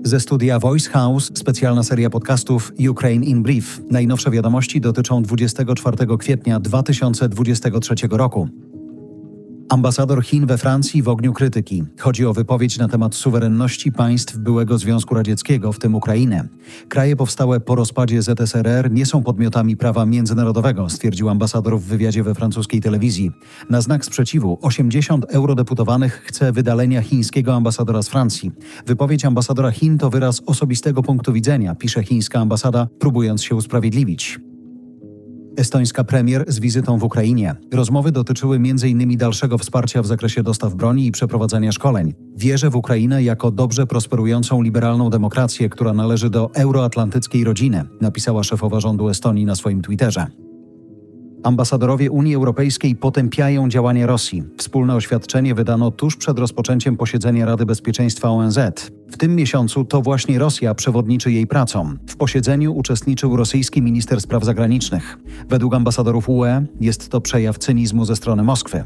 Ze studia Voice House specjalna seria podcastów Ukraine in Brief. Najnowsze wiadomości dotyczą 24 kwietnia 2023 roku. Ambasador Chin we Francji w ogniu krytyki. Chodzi o wypowiedź na temat suwerenności państw byłego Związku Radzieckiego, w tym Ukrainę. Kraje powstałe po rozpadzie ZSRR nie są podmiotami prawa międzynarodowego, stwierdził ambasador w wywiadzie we francuskiej telewizji. Na znak sprzeciwu 80 eurodeputowanych chce wydalenia chińskiego ambasadora z Francji. Wypowiedź ambasadora Chin to wyraz osobistego punktu widzenia, pisze chińska ambasada, próbując się usprawiedliwić. Estońska premier z wizytą w Ukrainie. Rozmowy dotyczyły m.in. dalszego wsparcia w zakresie dostaw broni i przeprowadzania szkoleń. Wierzę w Ukrainę jako dobrze prosperującą liberalną demokrację, która należy do euroatlantyckiej rodziny, napisała szefowa rządu Estonii na swoim Twitterze. Ambasadorowie Unii Europejskiej potępiają działania Rosji. Wspólne oświadczenie wydano tuż przed rozpoczęciem posiedzenia Rady Bezpieczeństwa ONZ. W tym miesiącu to właśnie Rosja przewodniczy jej pracą. W posiedzeniu uczestniczył rosyjski minister spraw zagranicznych. Według ambasadorów UE jest to przejaw cynizmu ze strony Moskwy.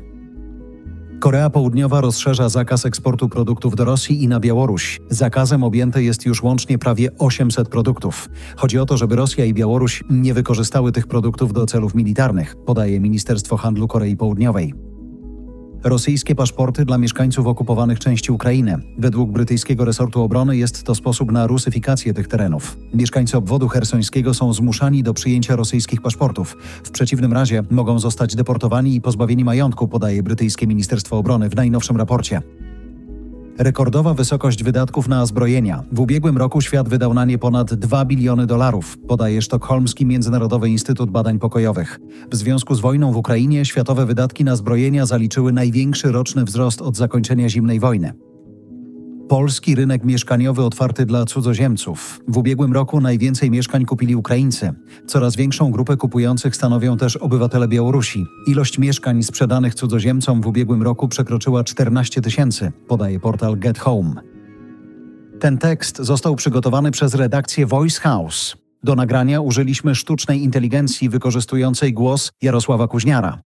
Korea Południowa rozszerza zakaz eksportu produktów do Rosji i na Białoruś. Zakazem objęte jest już łącznie prawie 800 produktów. Chodzi o to, żeby Rosja i Białoruś nie wykorzystały tych produktów do celów militarnych, podaje Ministerstwo Handlu Korei Południowej. Rosyjskie paszporty dla mieszkańców okupowanych części Ukrainy. Według brytyjskiego resortu obrony jest to sposób na rusyfikację tych terenów. Mieszkańcy obwodu chersońskiego są zmuszani do przyjęcia rosyjskich paszportów. W przeciwnym razie mogą zostać deportowani i pozbawieni majątku, podaje brytyjskie Ministerstwo Obrony w najnowszym raporcie. Rekordowa wysokość wydatków na zbrojenia. W ubiegłym roku świat wydał na nie ponad $2 biliony, podaje sztokholmski Międzynarodowy Instytut Badań Pokojowych. W związku z wojną w Ukrainie światowe wydatki na zbrojenia zaliczyły największy roczny wzrost od zakończenia zimnej wojny. Polski rynek mieszkaniowy otwarty dla cudzoziemców. W ubiegłym roku najwięcej mieszkań kupili Ukraińcy. Coraz większą grupę kupujących stanowią też obywatele Białorusi. Ilość mieszkań sprzedanych cudzoziemcom w ubiegłym roku przekroczyła 14 000, podaje portal Get Home. Ten tekst został przygotowany przez redakcję Voice House. Do nagrania użyliśmy sztucznej inteligencji wykorzystującej głos Jarosława Kuźniara.